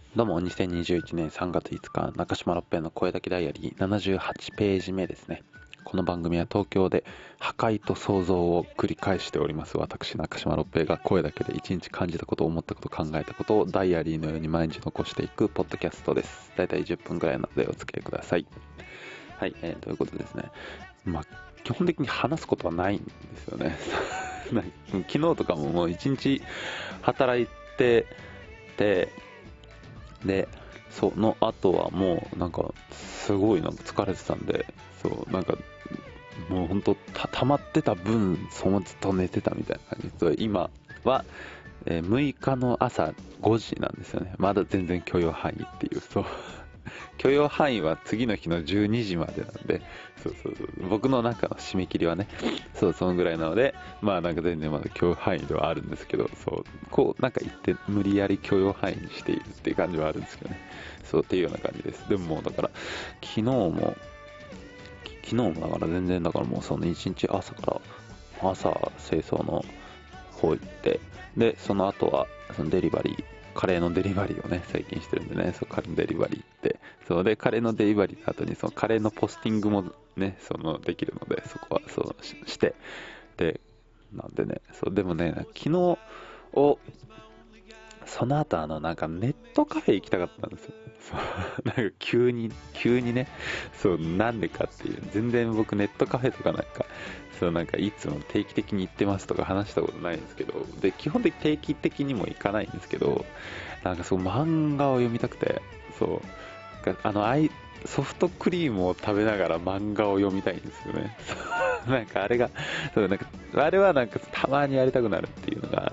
どうも、2021年3月5日、中島六平の声だけダイアリー78ページ目ですね。この番組は東京で破壊と創造を繰り返しております私、中島六平が声だけで一日感じたこと、思ったこと、考えたことをダイアリーのように毎日残していくポッドキャストです。だいたい10分くらいなのでお付き合いください。はい、ということでですね。基本的に話すことはないんですよね。昨日とかももう一日働いてて、で、その後はもうすごい疲れてたんで、もうほんと溜まってた分、ずっと寝てたみたいな感じで、今は、6日の朝5時なんですよね。まだ全然許容範囲っていう、許容範囲は次の日の12時までなんで、僕の中の締め切りはね、そのぐらいなので、全然まだ許容範囲ではあるんですけど、言って無理やり許容範囲にしているっていう感じはあるんですけどね。っていうような感じです。でももうだから、昨日もだから全然だからもうその一日朝清掃の方行って、で、その後はそのデリバリー、カレーのデリバリーをね、最近してるんでね、カレーのデリバリー行って、で、カレーのデリバリーの後に、そのカレーのポスティングもね、できるので、そこはして、で、なんでね、でもね、昨日を、その後ネットカフェ行きたかったんですよ。急にね、なんでかっていう、全然僕ネットカフェとかいつも定期的に行ってますとか話したことないんですけど、で、基本的に定期的にも行かないんですけど、漫画を読みたくて、ソフトクリームを食べながら漫画を読みたいんですよね。あれが、あれはたまにやりたくなるっていうのが、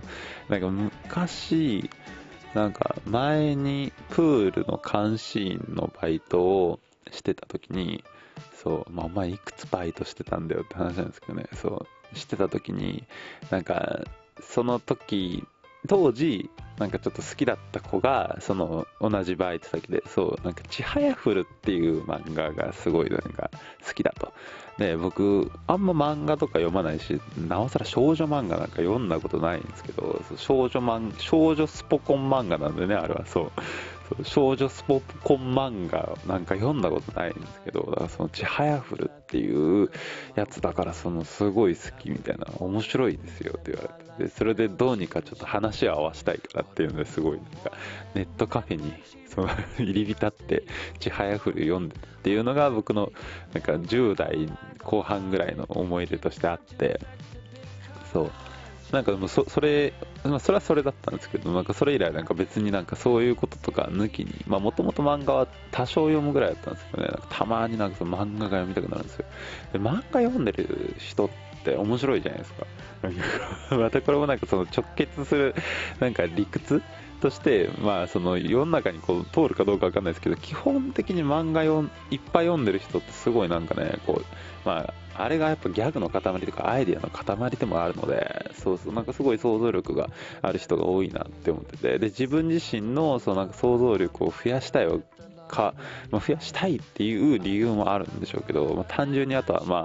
昔、前にプールの監視員のバイトをしてた時に、お前いくつバイトしてたんだよって話なんですけどね、してた時に、その時、当時、ちょっと好きだった子が、同じバイト先で、ちはやふるっていう漫画がすごい好きだと。で、僕、あんま漫画とか読まないし、なおさら少女漫画読んだことないんですけど、少女スポコン漫画なんでね、あれは少女スポコン漫画読んだことないんですけど、だからちはやふるっていうやつだからすごい好きみたいな、面白いですよって言われて、でそれでどうにかちょっと話を合わせたいからっていうのですごいネットカフェに入り浸ってちはやふる読んでっていうのが僕の10代後半ぐらいの思い出としてあって、そうでもそれ、それはそれだったんですけど、それ以来別にそういうこととか抜きに、もともと漫画は多少読むぐらいだったんですけどね、たまにその漫画が読みたくなるんですよ。で、漫画読んでる人って面白いじゃないですか。またこれも直結する理屈として、世の中に通るかどうかわかんないですけど、基本的にいっぱい読んでる人ってすごいあれがやっぱギャグの塊とかアイディアの塊でもあるので、すごい想像力がある人が多いなって思ってて、で、自分自身の想像力を増やしたい増やしたいっていう理由もあるんでしょうけど、単純にあとは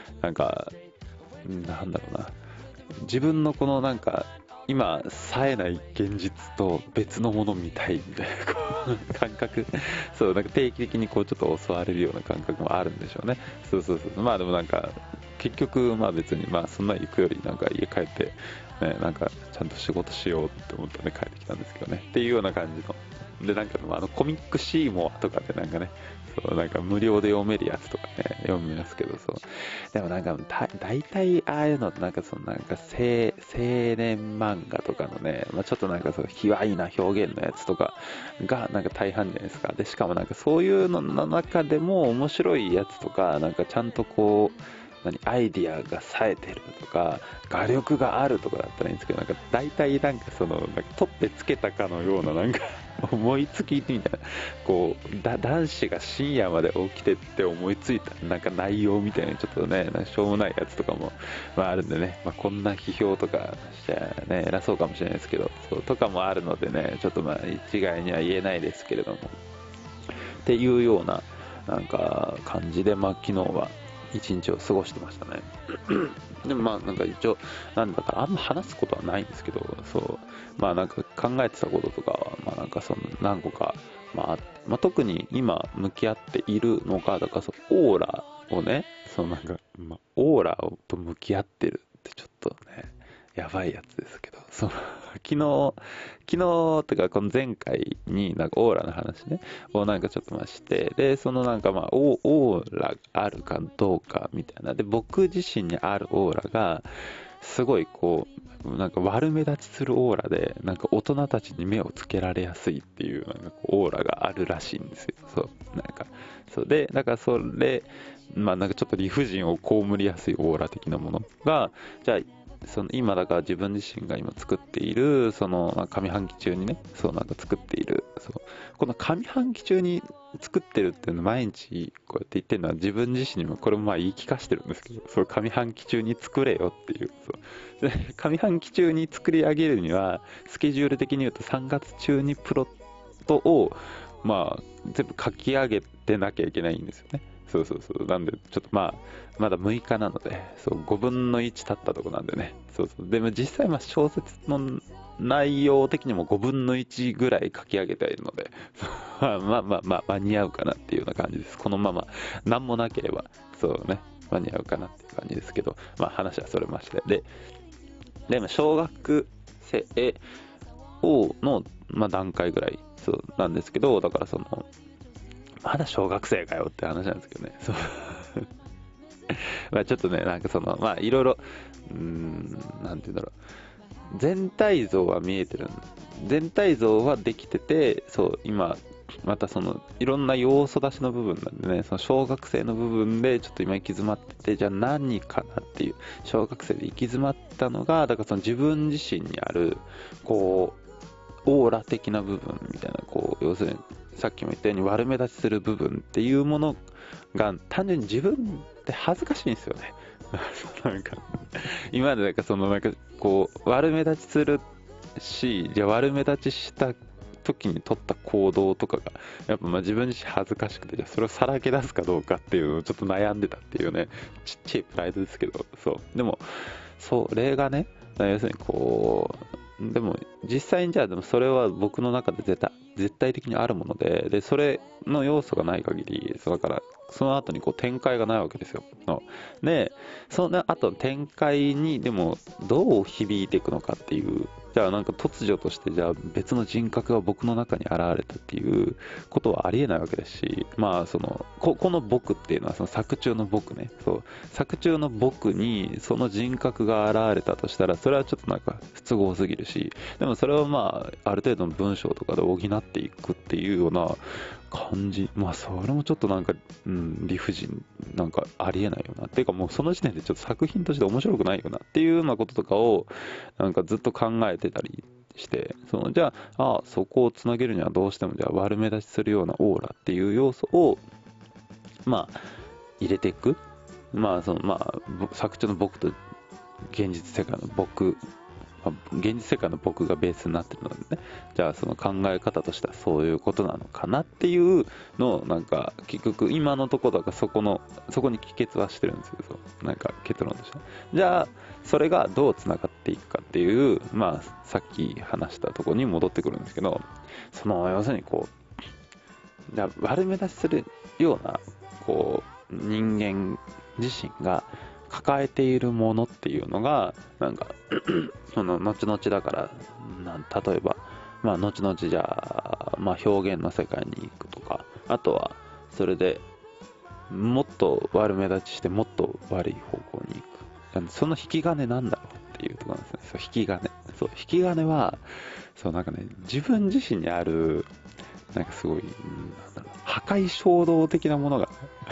なんだろうな、自分のこの今冴えない現実と別のものみたいみたいな感覚、定期的にちょっと襲われるような感覚もあるんでしょうね。でも結局別にそんな行くより家帰ってね、ちゃんと仕事しようって思ったんで帰ってきたんですけどねっていうような感じので、コミックシーモアとかで無料で読めるやつとかね、読みますけど、でも大体ああいうのって青年漫画とかのね、ちょっと卑猥な表現のやつとかが大半じゃないですか。で、しかもそういうのの中でも面白いやつとか、ちゃんとアイディアが冴えてるとか、画力があるとかだったらいいんですけど、大体取ってつけたかのような思いつきみたいな、男子が深夜まで起きてって思いついた内容みたいな、ちょっとね、しょうもないやつとかも、あるんでね、こんな批評とかしちゃね、偉そうかもしれないですけど、とかもあるのでね、ちょっと一概には言えないですけれども、っていうような、感じで、昨日は一日を過ごしてましたね。 でもまあなんか一応、なんだかあんま話すことはないんですけど、そう、まあなんか考えてたこととかは、まあなんかその何個か、まあ特に今向き合っているのが、だからオーラをね、オーラと向き合ってるってちょっとね、やばいやつですけど、昨日てかこの前回になんかオーラの話ね、をなんかちょっとして、で、そのなんかオーラがあるかどうかみたいな。で、僕自身にあるオーラが、すごいこう、なんか悪目立ちするオーラで、なんか大人たちに目をつけられやすいっていう、なんかこうオーラがあるらしいんですよ。そう、なんか、そうで、だからそれ、まあなんかちょっと理不尽を被りやすいオーラ的なものが、じゃあ、今だから自分自身が今作っている上半期中にね、なんか作っているこの上半期中に作ってるっていうのを毎日こうやって言ってるのは自分自身にもこれもまあ言い聞かせてるんですけど、上半期中に作れよっていう、で上半期中に作り上げるにはスケジュール的に言うと3月中にプロットをまあ全部書き上げてなきゃいけないんですよね。なんでちょっとまだ6日なので、5分の1経ったとこなんでね。でも実際小説の内容的にも5分の1ぐらい書き上げているので、間に合うかなっていうような感じです。このまま何もなければ間に合うかなっていう感じですけど、話はそれまして、でも小学生の、段階ぐらいなんですけど、だからまだ小学生かよって話なんですけどね。ちょっとね、なんかいろいろ、なんて言うんだろう。全体像は見えてる。全体像はできてて、今、またいろんな要素出しの部分なんでね、小学生の部分でちょっと今行き詰まってて、じゃあ何かなっていう、小学生で行き詰まったのが、だから自分自身にある、こう、オーラ的な部分みたいな、要するに、さっきも言ったように悪目立ちする部分っていうものが単純に自分って恥ずかしいんですよね。なんか今まで悪目立ちするし、じゃあ悪目立ちした時に取った行動とかがやっぱ自分自身恥ずかしくて、じゃあそれをさらけ出すかどうかっていうのをちょっと悩んでたっていうね、ちっちゃいプライドですけど、でもそれがね、要するにでも実際にじゃあでもそれは僕の中で絶対的にあるもので、それの要素がない限り、だからその後に展開がないわけですよ。で、その後の展開にでもどう響いていくのかっていう、じゃあなんか突如としてじゃあ別の人格が僕の中に現れたっていうことはありえないわけですし、この僕っていうのは作中の僕ね、作中の僕にその人格が現れたとしたら、それはちょっとなんか不都合すぎるし、でもそれをある程度の文章とかで補っていくっていうような感じ、それもちょっとなんか、理不尽、なんかありえないよなっていうか、もうその時点でちょっと作品として面白くないよなっていうようなこととかをなんかずっと考えてたりして、じゃあそこをつなげるにはどうしてもじゃあ悪目立ちするようなオーラっていう要素を入れていく、作中の僕と現実世界の僕、現実世界の僕がベースになってるのでね、じゃあその考え方としてはそういうことなのかなっていうのをなんか結局今のところだからそこに帰結はしてるんですけど、なんか結論としてはじゃあそれがどうつながっていくかっていう、さっき話したところに戻ってくるんですけど、要するにじゃあ悪目立ちするような人間自身が抱えているものっていうのがなんか後々だから例えば後々じゃあ表現の世界に行くとか、あとはそれでもっと悪目立ちしてもっと悪い方向に行く、その引き金なんだろうっていうところなんですね。引き金はなんかね、自分自身にあるなんかすごい破壊衝動的なものが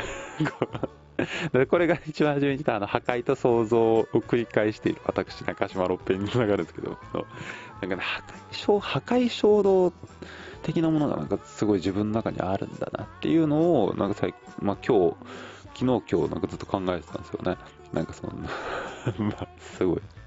これが一番初めに言った破壊と創造を繰り返している私中島六平につながるんですけど、なんかね、破壊衝動的なものがなんかすごい自分の中にあるんだなっていうのをなんか昨日なんかずっと考えてたんですよね。なんかすごい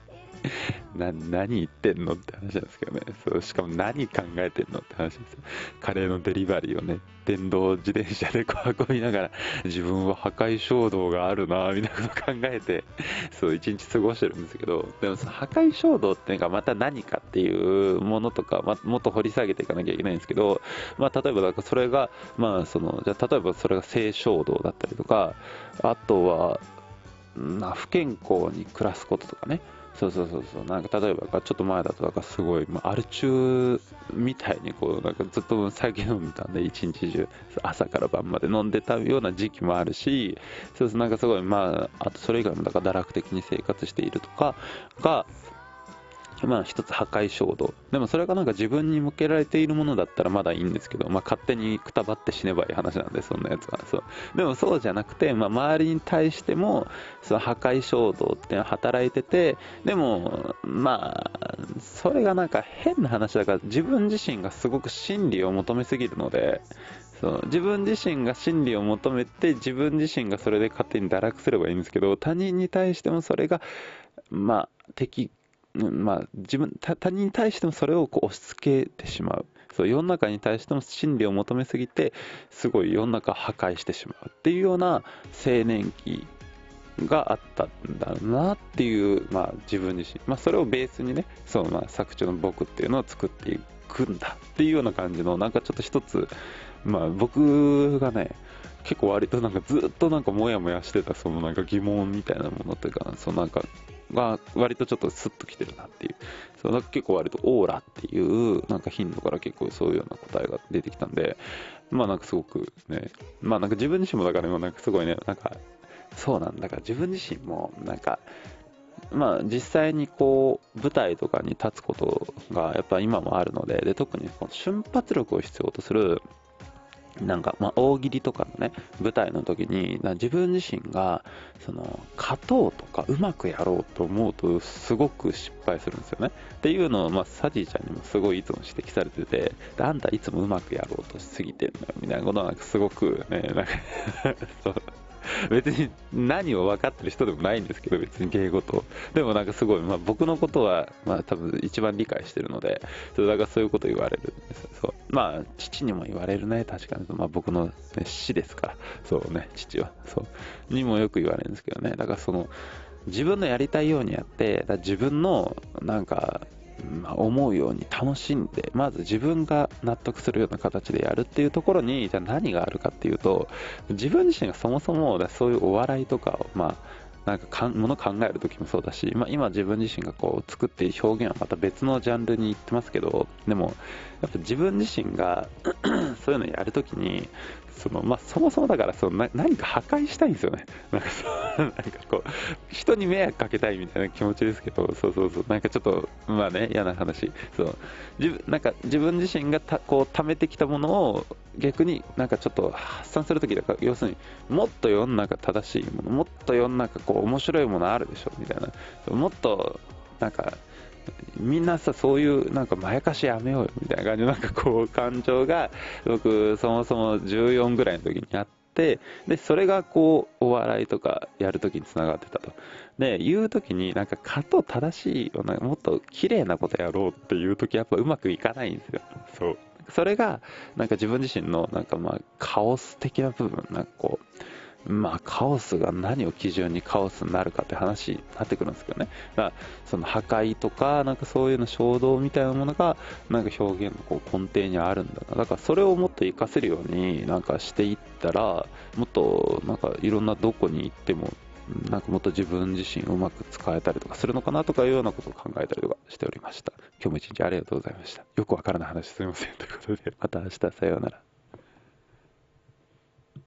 何言ってんのって話なんですけどね。そう、しかも何考えてんのって話ですよ。カレーのデリバリーをね、電動自転車でこう運びながら、自分は破壊衝動があるなみたいなことを考えて、そう一日過ごしてるんですけど、でもその破壊衝動っていうのがまた何かっていうものとか、もっと掘り下げていかなきゃいけないんですけど、例えばなんかそれが、じゃあ例えばそれが性衝動だったりとか、あとは、不健康に暮らすこととかね。そう、なんか例えばちょっと前だとなんかすごい、アル中みたいにこうなんかずっと酒飲んでたんで、一日中朝から晩まで飲んでたような時期もあるし、なんかすごい、あとそれ以外もだから堕落的に生活しているとかが、一つ破壊衝動。でもそれがなんか自分に向けられているものだったらまだいいんですけど、勝手にくたばって死ねばいい話なんで、そんなやつは。そう。でもそうじゃなくて、周りに対しても、その破壊衝動っていうのは働いてて、でも、それがなんか変な話だから、自分自身がすごく真理を求めすぎるので、そう自分自身が真理を求めて、自分自身がそれで勝手に堕落すればいいんですけど、他人に対してもそれが、敵他人に対してもそれをこう押し付けてしまう。そう、世の中に対しても真理を求めすぎて、すごい世の中を破壊してしまうっていうような青年期があったんだなっていう、自分自身。それをベースにね、作中の僕っていうのを作っていくんだっていうような感じの、なんかちょっと一つ、僕がね、結構割となんかずっとなんかモヤモヤしてたそのなんか疑問みたいなものというか、なんかが割とちょっとスッときてるなっていう、なんか結構割とオーラっていうなんか頻度から結構そういうような答えが出てきたんで、なんかすごくね、なんか自分自身もだから今なんかすごいね、なんかそうなんだから自分自身もなんか実際にこう舞台とかに立つことがやっぱ今もあるので、特にこの瞬発力を必要とするなんか大喜利とかのね舞台の時に自分自身が勝とうとかうまくやろうと思うとすごく失敗するんですよねっていうのを、サジーちゃんにもすごいいつも指摘されてて、あんたいつもうまくやろうとしすぎてんのよみたいなことはなんかすごくね、なんかそう別に何を分かってる人でもないんですけど、別に芸事でもなんかすごい、僕のことは、多分一番理解してるので、だからそういうこと言われるんですよ。そう父にも言われるね、確かに。僕の、ね、師ですから、そうね、父はそうにもよく言われるんですけどね。だから自分のやりたいようにやって、自分のなんか思うように楽しんで、まず自分が納得するような形でやるっていうところに、じゃあ何があるかっていうと、自分自身がそもそもそういうお笑いとかを、なんかもの考える時もそうだし、今自分自身がこう作っている表現はまた別のジャンルに行ってますけど、でもやっぱ自分自身がそういうのやるときにそもそもだから何か破壊したいんですよね。なんかなんかこう人に迷惑かけたいみたいな気持ちですけど、なんかちょっと嫌な話。なんか自分自身がこう貯めてきたものを逆になんかちょっと発散するときだから、要するにもっと世の中正しいもの、もっと世の中こう面白いものあるでしょみたいな、もっとなんかみんなそういうなんかまやかしやめようよみたいな感じのなんかこう感情が僕そもそも14ぐらいの時にあって、でそれがこうお笑いとかやる時につながってたと。で言う時になんか正しいようなもっと綺麗なことやろうっていう時やっぱうまくいかないんですよ。それがなんか自分自身のなんかカオス的な部分、なんかこうカオスが何を基準にカオスになるかって話になってくるんですけどね。だから破壊とかなんかそういうの衝動みたいなものがなんか表現のこう根底にあるんだな。だからそれをもっと活かせるようになんかしていったら、もっとなんかいろんなどこに行ってもなんかもっと自分自身をうまく使えたりとかするのかなとかいうようなことを考えたりとかしておりました。今日も一日ありがとうございました。よくわからない話すみませんということで、また明日さようなら。